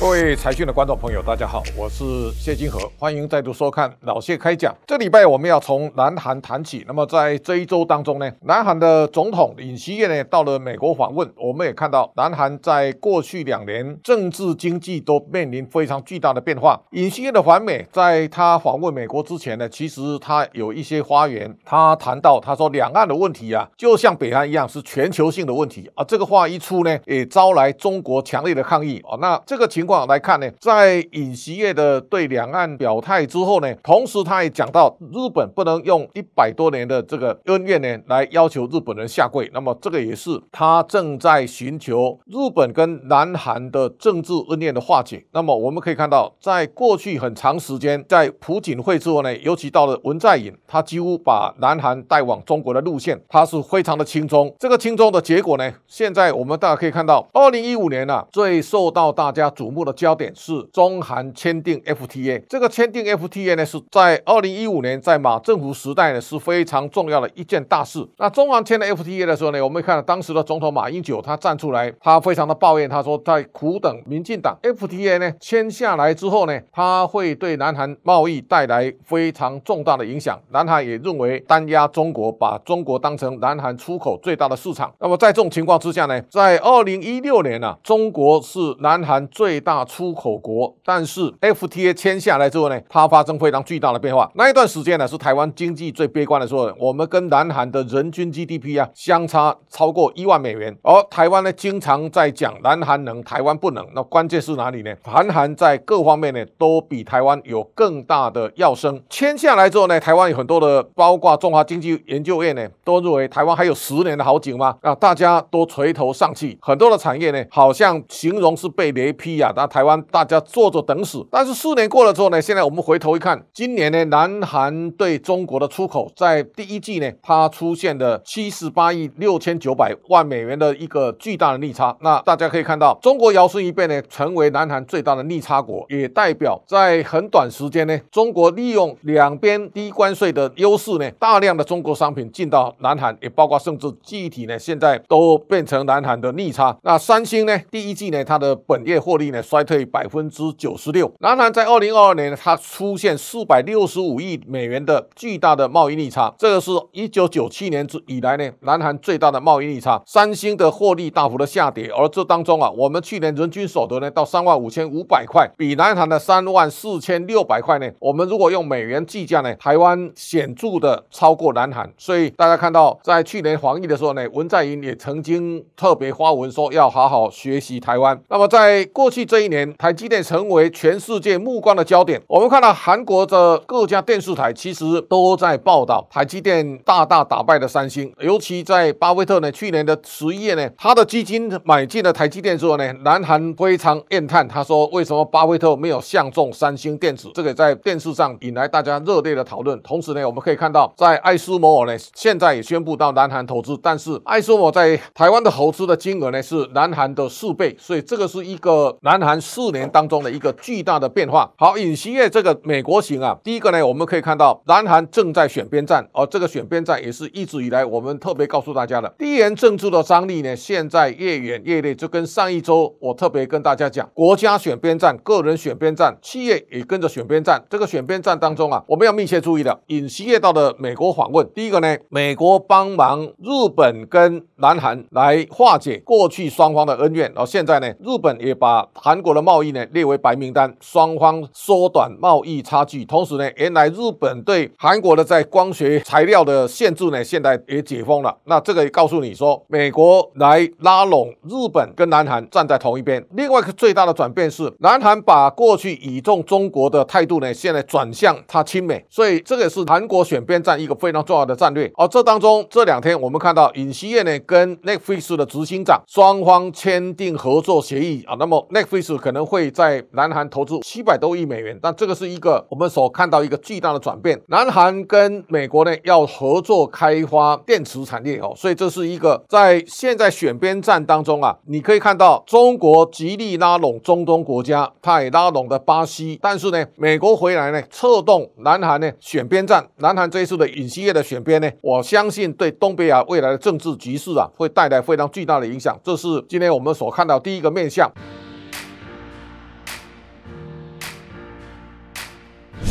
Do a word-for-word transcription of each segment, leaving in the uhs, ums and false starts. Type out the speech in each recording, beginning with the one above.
各位财讯的观众朋友，大家好，我是谢金河，欢迎再度收看老谢开讲。这礼拜我们要从南韩谈起。那么在这一周当中呢，南韩的总统尹锡悦呢到了美国访问，我们也看到南韩在过去两年政治经济都面临非常巨大的变化。尹锡悦的访美，在他访问美国之前呢，其实他有一些发言，他谈到他说两岸的问题啊，就像北韩一样是全球性的问题啊。这个话一出呢，也招来中国强烈的抗议啊。那这个情况来看呢，在尹锡悦的对两岸表态之后呢，同时他也讲到日本不能用一百多年的这个恩怨呢来要求日本人下跪。那么这个也是他正在寻求日本跟南韩的政治恩怨的化解。那么我们可以看到，在过去很长时间，在朴槿惠之后呢，尤其到了文在寅，他几乎把南韩带往中国的路线，他是非常的亲中。这个亲中的结果呢，现在我们大家可以看到，二零一五年啊，最受到大家瞩目的焦点是中韩签订 F T A。 这个签订 F T A 呢，是在二零一五年在马政府时代呢是非常重要的一件大事。那中韩签了 F T A 的时候呢，我们看到当时的总统马英九他站出来，他非常的抱怨，他说在苦等民进党 F T A 呢签下来之后呢，他会对南韩贸易带来非常重大的影响。南韩也认为单压中国，把中国当成南韩出口最大的市场。那么在这种情况之下呢，在二零一六年啊，中国是南韩最大出口国，但是 F T A 签下来之后呢，它发生非常巨大的变化。那一段时间呢，是台湾经济最悲观的时候，我们跟南韩的人均 G D P 啊相差超过一万美元，而台湾呢经常在讲南韩能，台湾不能。那关键是哪里呢？南韩在各方面呢都比台湾有更大的要升。签下来之后呢，台湾有很多的，包括中华经济研究院呢，都认为台湾还有十年的好景吗？啊，大家都垂头丧气，很多的产业呢，好像形容是被雷劈啊。那台湾大家坐着等死。但是四年过了之后呢，现在我们回头一看，今年呢，南韩对中国的出口在第一季呢，它出现了七十八亿六千九百万美元的一个巨大的逆差。那大家可以看到，中国摇身一变呢，成为南韩最大的逆差国，也代表在很短时间呢，中国利用两边低关税的优势呢，大量的中国商品进到南韩，也包括甚至记忆体呢，现在都变成南韩的逆差。那三星呢，第一季呢，它的本业获利呢衰退百分之九十六。南韩在二零二二年它出现四百六十五亿美元的巨大的贸易逆差，这个是一九九七年以来呢，南韩最大的贸易逆差。三星的获利大幅的下跌，而这当中啊，我们去年人均所得呢到三万五千五百块，比南韩的三万四千六百块呢，我们如果用美元计价呢，台湾显著的超过南韩。所以大家看到，在去年防疫的时候呢，文在寅也曾经特别发文说要好好学习台湾。那么在过去这一年，台积电成为全世界目光的焦点。我们看到韩国的各家电视台其实都在报道台积电大大打败了三星，尤其在巴菲特呢去年的十一月呢，他的基金买进了台积电之后呢，南韩非常厌叹，他说为什么巴菲特没有相中三星电子？这个在电视上引来大家热烈的讨论。同时呢，我们可以看到，在艾斯摩尔呢现在也宣布到南韩投资，但是艾斯摩尔在台湾的投资的金额呢是南韩的四倍，所以这个是一个南韩四年当中的一个巨大的变化。好，尹锡悦这个美国行啊，第一个呢，我们可以看到南韩正在选边站，而这个选边站也是一直以来我们特别告诉大家的，地缘政治的张力呢，现在越演越烈。就跟上一周我特别跟大家讲，国家选边站，个人选边站，企业也跟着选边站。这个选边站当中啊，我们要密切注意的，尹锡悦到了美国访问，第一个呢，美国帮忙日本跟南韩来化解过去双方的恩怨，然后现在呢，日本也把韩国的贸易呢列为白名单，双方缩短贸易差距。同时呢，原来日本对韩国的在光学材料的限制呢，现在也解封了。那这个也告诉你说，美国来拉拢日本跟南韩站在同一边。另外一个最大的转变是，南韩把过去倚重中国的态度呢，现在转向他亲美，所以这个是韩国选边站一个非常重要的战略。而这当中这两天我们看到尹锡悦呢跟 Netflix 的执行长双方签订合作协议啊，那么 Netflix 可能会在南韩投资七百多亿美元，但这个是一个我们所看到一个巨大的转变。南韩跟美国呢要合作开发电池产业哦，所以这是一个在现在选边站当中啊，你可以看到中国极力拉拢中东国家，他也拉拢了巴西，但是呢，美国回来呢策动南韩呢选边站。南韩这一次的尹锡悦的选边呢，我相信对东北亚未来的政治局势啊，会带来非常巨大的影响。这是今天我们所看到第一个面向。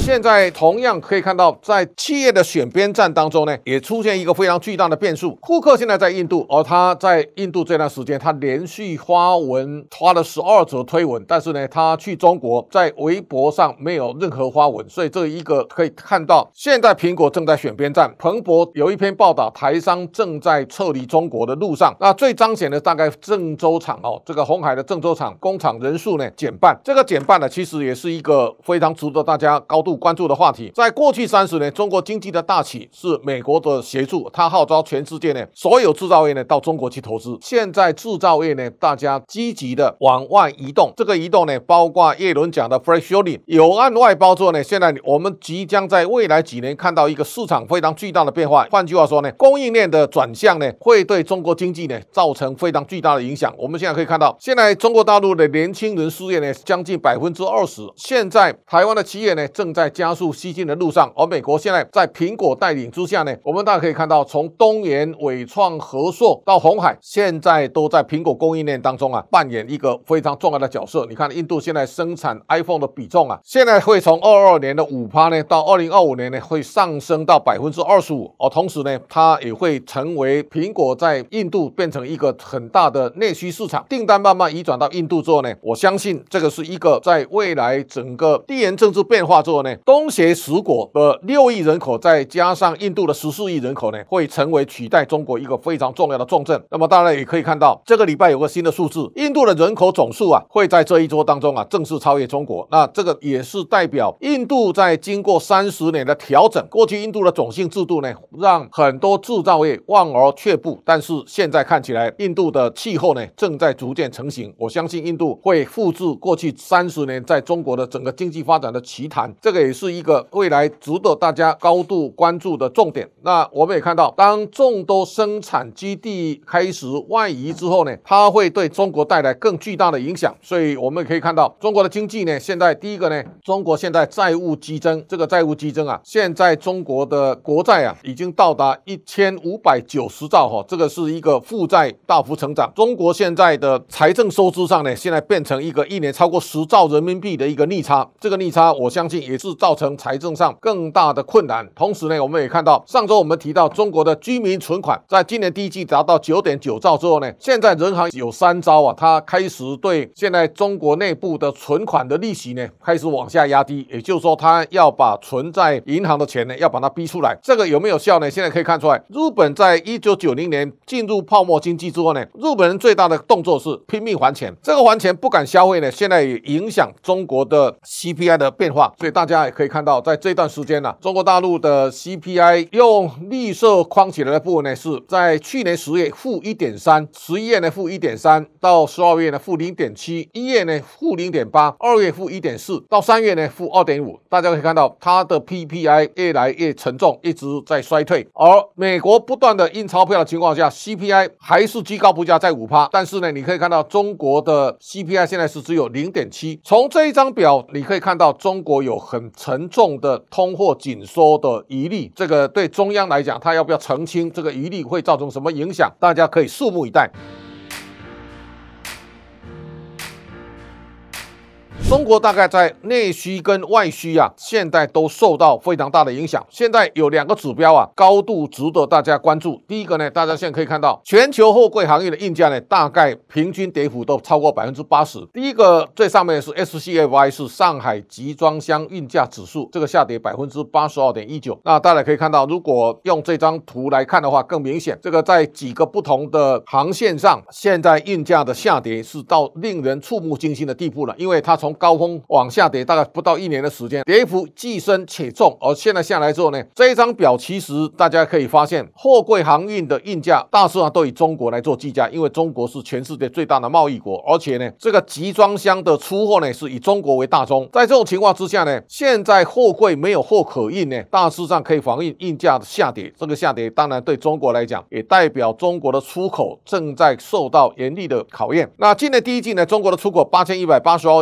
现在同样可以看到，在企业的选边站当中呢，也出现一个非常巨大的变数。库克现在在印度，而他在印度这段时间，他连续发文发了十二则推文，但是呢，他去中国在微博上没有任何发文，所以这一个可以看到，现在苹果正在选边站。彭博有一篇报道，台商正在撤离中国的路上。那最彰显的大概郑州厂哦，这个鸿海的郑州厂工厂人数呢减半，这个减半呢其实也是一个非常值得大家高度关注的话题。在过去三十年，中国经济的大起是美国的协助，他号召全世界呢所有制造业呢到中国去投资。现在制造业呢，大家积极的往外移动，这个移动呢，包括叶伦讲的 friendshoring 有案外包之后呢，现在我们即将在未来几年看到一个市场非常巨大的变化。换句话说呢，供应链的转向呢，会对中国经济呢造成非常巨大的影响。我们现在可以看到，现在中国大陆的年轻人失业呢将近百分之二十。现在台湾的企业呢正在加速西进的路上，而美国现在在苹果带领之下呢，我们大家可以看到，从东研、伟创、和硕到鸿海，现在都在苹果供应链当中啊扮演一个非常重要的角色。你看，印度现在生产 iPhone 的比重啊，现在会从二二年的 百分之五 呢，到二零二五年呢会上升到 百分之二十五，而同时呢，它也会成为苹果在印度变成一个很大的内需市场，订单慢慢移转到印度之后呢，我相信这个是一个在未来整个地缘政治变化之后呢，东协十国的六亿人口再加上印度的十四亿人口呢，会成为取代中国一个非常重要的重镇。那么当然也可以看到，这个礼拜有个新的数字，印度的人口总数啊，会在这一周当中啊正式超越中国。那这个也是代表印度在经过三十年的调整，过去印度的种姓制度呢，让很多制造业望而却步，但是现在看起来，印度的气候呢正在逐渐成型。我相信印度会复制过去三十年在中国的整个经济发展的奇谈，这个也是一个未来值得大家高度关注的重点。那我们也看到，当众多生产基地开始外移之后呢，它会对中国带来更巨大的影响。所以我们也可以看到，中国的经济呢，现在第一个呢，中国现在债务激增，这个债务激增啊，现在中国的国债啊已经到达一千五百九十兆哈，这个是一个负债大幅成长。中国现在的财政收支上呢，现在变成一个一年超过十兆人民币的一个逆差，这个逆差我相信也是造成财政上更大的困难。同时呢，我们也看到上周我们提到中国的居民存款在今年第一季达到 九点九兆之后呢，现在人行有三招啊，它开始对现在中国内部的存款的利息呢开始往下压低，也就是说它要把存在银行的钱呢要把它逼出来。这个有没有效呢？现在可以看出来，日本在一九九零年进入泡沫经济之后呢，日本人最大的动作是拼命还钱，这个还钱不敢消费呢，现在也影响中国的 C P I 的变化。所以大家也可以看到，在这段时间呢、啊，中国大陆的 C P I 用绿色框起来的部分呢，是在去年十月负 一点三， 十一月呢负 一点三， 到十二月呢负 零点七， 一月呢负 零点八， 二月负 一点四， 到三月呢负 二点五。 大家可以看到它的 P P I 越来越沉重，一直在衰退。而美国不断的印钞票的情况下， C P I 还是居高不下在 百分之五， 但是呢你可以看到中国的 C P I 现在是只有 零点七。 从这一张表你可以看到中国有很沉重的通货紧缩的疑虑，这个对中央来讲，它要不要澄清这个疑虑会造成什么影响，大家可以拭目以待。中国大概在内需跟外需啊，现在都受到非常大的影响。现在有两个指标啊，高度值得大家关注。第一个呢，大家现在可以看到，全球货柜行业的运价呢，大概平均跌幅都超过 百分之八十。第一个最上面是 S C F I， 是上海集装箱运价指数，这个下跌 百分之八十二点一九。那大家可以看到，如果用这张图来看的话，更明显，这个在几个不同的航线上，现在运价的下跌是到令人触目惊心的地步了，因为它从高峰往下跌，大概不到一年的时间，跌幅既深且重。而现在下来之后呢，这一张表其实大家可以发现，货柜航运的运价大致上都以中国来做计价，因为中国是全世界最大的贸易国，而且呢，这个集装箱的出货呢是以中国为大宗。在这种情况之下呢，现在货柜没有货可运呢，大致上可以反映运价的下跌。这个下跌当然对中国来讲，也代表中国的出口正在受到严厉的考验。那今年第一季呢，中国的出口八千一百八十二亿美元，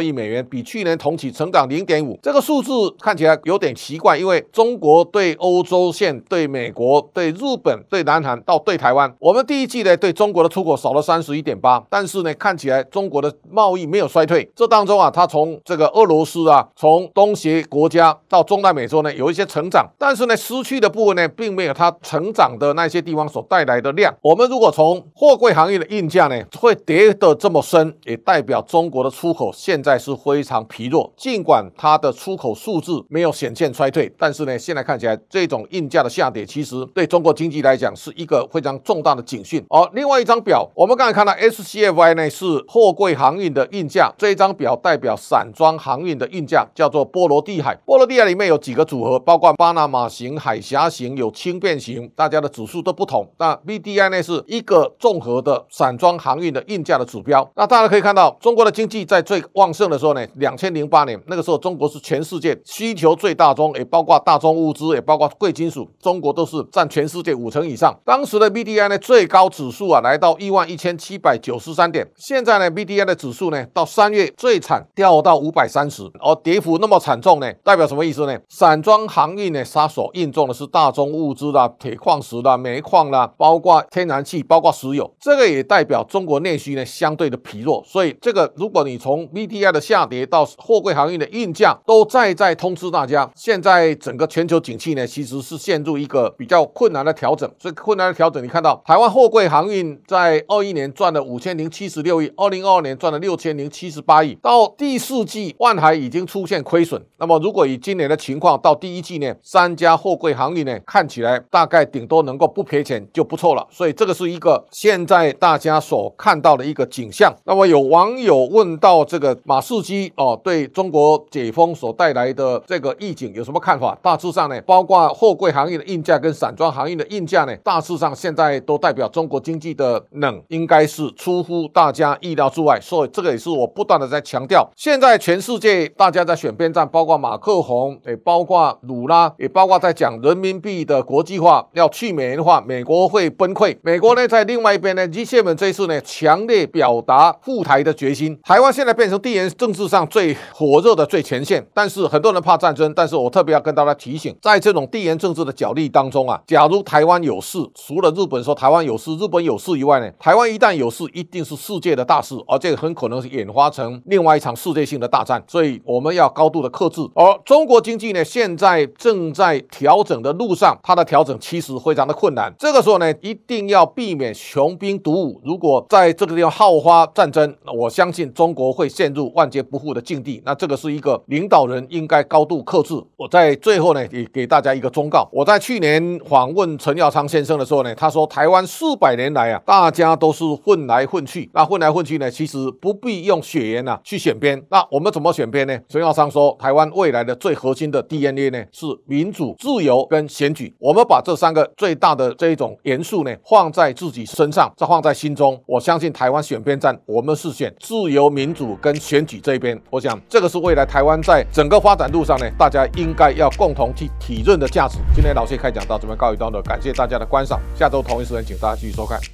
元，比去年同期成长 零点五。这个数字看起来有点奇怪，因为中国对欧洲线、对美国、对日本、对南韩到对台湾，我们第一季呢对中国的出口少了 三十一点八， 但是呢看起来中国的贸易没有衰退。这当中啊，它从这个俄罗斯啊，从东协国家到中南美洲呢有一些成长，但是呢失去的部分呢并没有它成长的那些地方所带来的量。我们如果从货柜行业的运价呢会跌得这么深，也代表中国的出口现在是非常疲弱。尽管它的出口数字没有显现衰退，但是呢现在看起来这种运价的下跌其实对中国经济来讲是一个非常重大的警讯。而、哦、另外一张表，我们刚才看到 S C F I 呢是货柜航运的运价，这一张表代表散装航运的运价，叫做波罗的海。波罗的海里面有几个组合，包括巴拿马型、海峡型，有轻便型，大家的指数都不同。那 B D I 呢是一个综合的散装航运的运价的指标。那大家可以看到，中国的经济在最旺盛的时候呢，二零零八年那个时候，中国是全世界需求最大宗，也包括大宗物资，也包括贵金属，中国都是占全世界五成以上。当时的 B D I 呢最高指数啊来到一万一千七百九十三点，现在呢 B D I 的指数呢到三月最惨掉到五百三十，而跌幅那么惨重呢，代表什么意思呢？散装航运呢，它所运重的是大宗物资啦、铁矿石啦、煤矿啦，包括天然气，包括石油，这个也代表中国内需呢相对的疲弱。所以这个如果你从 B D I 的下跌到货柜航运的运价，都再再通知大家，现在整个全球景气呢其实是陷入一个比较困难的调整。所以困难的调整，你看到台湾货柜航运在二一年赚了五千零七十六亿，二零二二年赚了六千零七十八亿，到第四季万海已经出现亏损。那么如果以今年的情况，到第一季呢，三家货柜航运呢看起来大概顶多能够不赔钱就不错了。所以这个是一个现在大家所看到的一个景象。那么有网友问到这个马士基哦对中国解封所带来的这个疫情有什么看法？大致上呢，包括货柜航运的运价跟散装航运的运价呢，大致上现在都代表中国经济的冷应该是出乎大家意料之外。所以这个也是我不断的在强调，现在全世界大家在选边站，包括马克宏，也包括鲁拉，也包括在讲人民币的国际化，要去美元化，美国会崩溃。美国呢在另外一边呢 G 七 这一次呢强烈表达护台的决心。台湾现在变成地缘政治上最火热的最前线，但是很多人怕战争，但是我特别要跟大家提醒，在这种地缘政治的角力当中啊，假如台湾有事，除了日本说台湾有事，日本有事以外呢，台湾一旦有事，一定是世界的大事，而这个很可能是演化成另外一场世界性的大战，所以我们要高度的克制。而中国经济呢，现在正在调整的路上，它的调整其实非常的困难。这个时候呢，一定要避免穷兵黩武。如果在这个地方好发战争，我相信中国会陷入万劫不复的境地。那这个是一个领导人应该高度克制。我在最后呢，也给大家一个忠告。我在去年访问陈耀昌先生的时候呢，他说台湾四百年来啊，大家都是混来混去。那混来混去呢，其实不必用血缘啊去选边。那我们怎么选边呢？陈耀昌说，台湾未来的最核心的 D N A 呢是民主、自由跟选举。我们把这三个最大的这一种元素呢放在自己身上，再放在心中。我相信台湾选边站，我们是选自由、民主跟选举这一边。我想这个是未来台湾在整个发展路上呢，大家应该要共同去体认的价值。今天老谢开讲到这边告一段落，感谢大家的观赏。下周同一时间，请大家继续收看。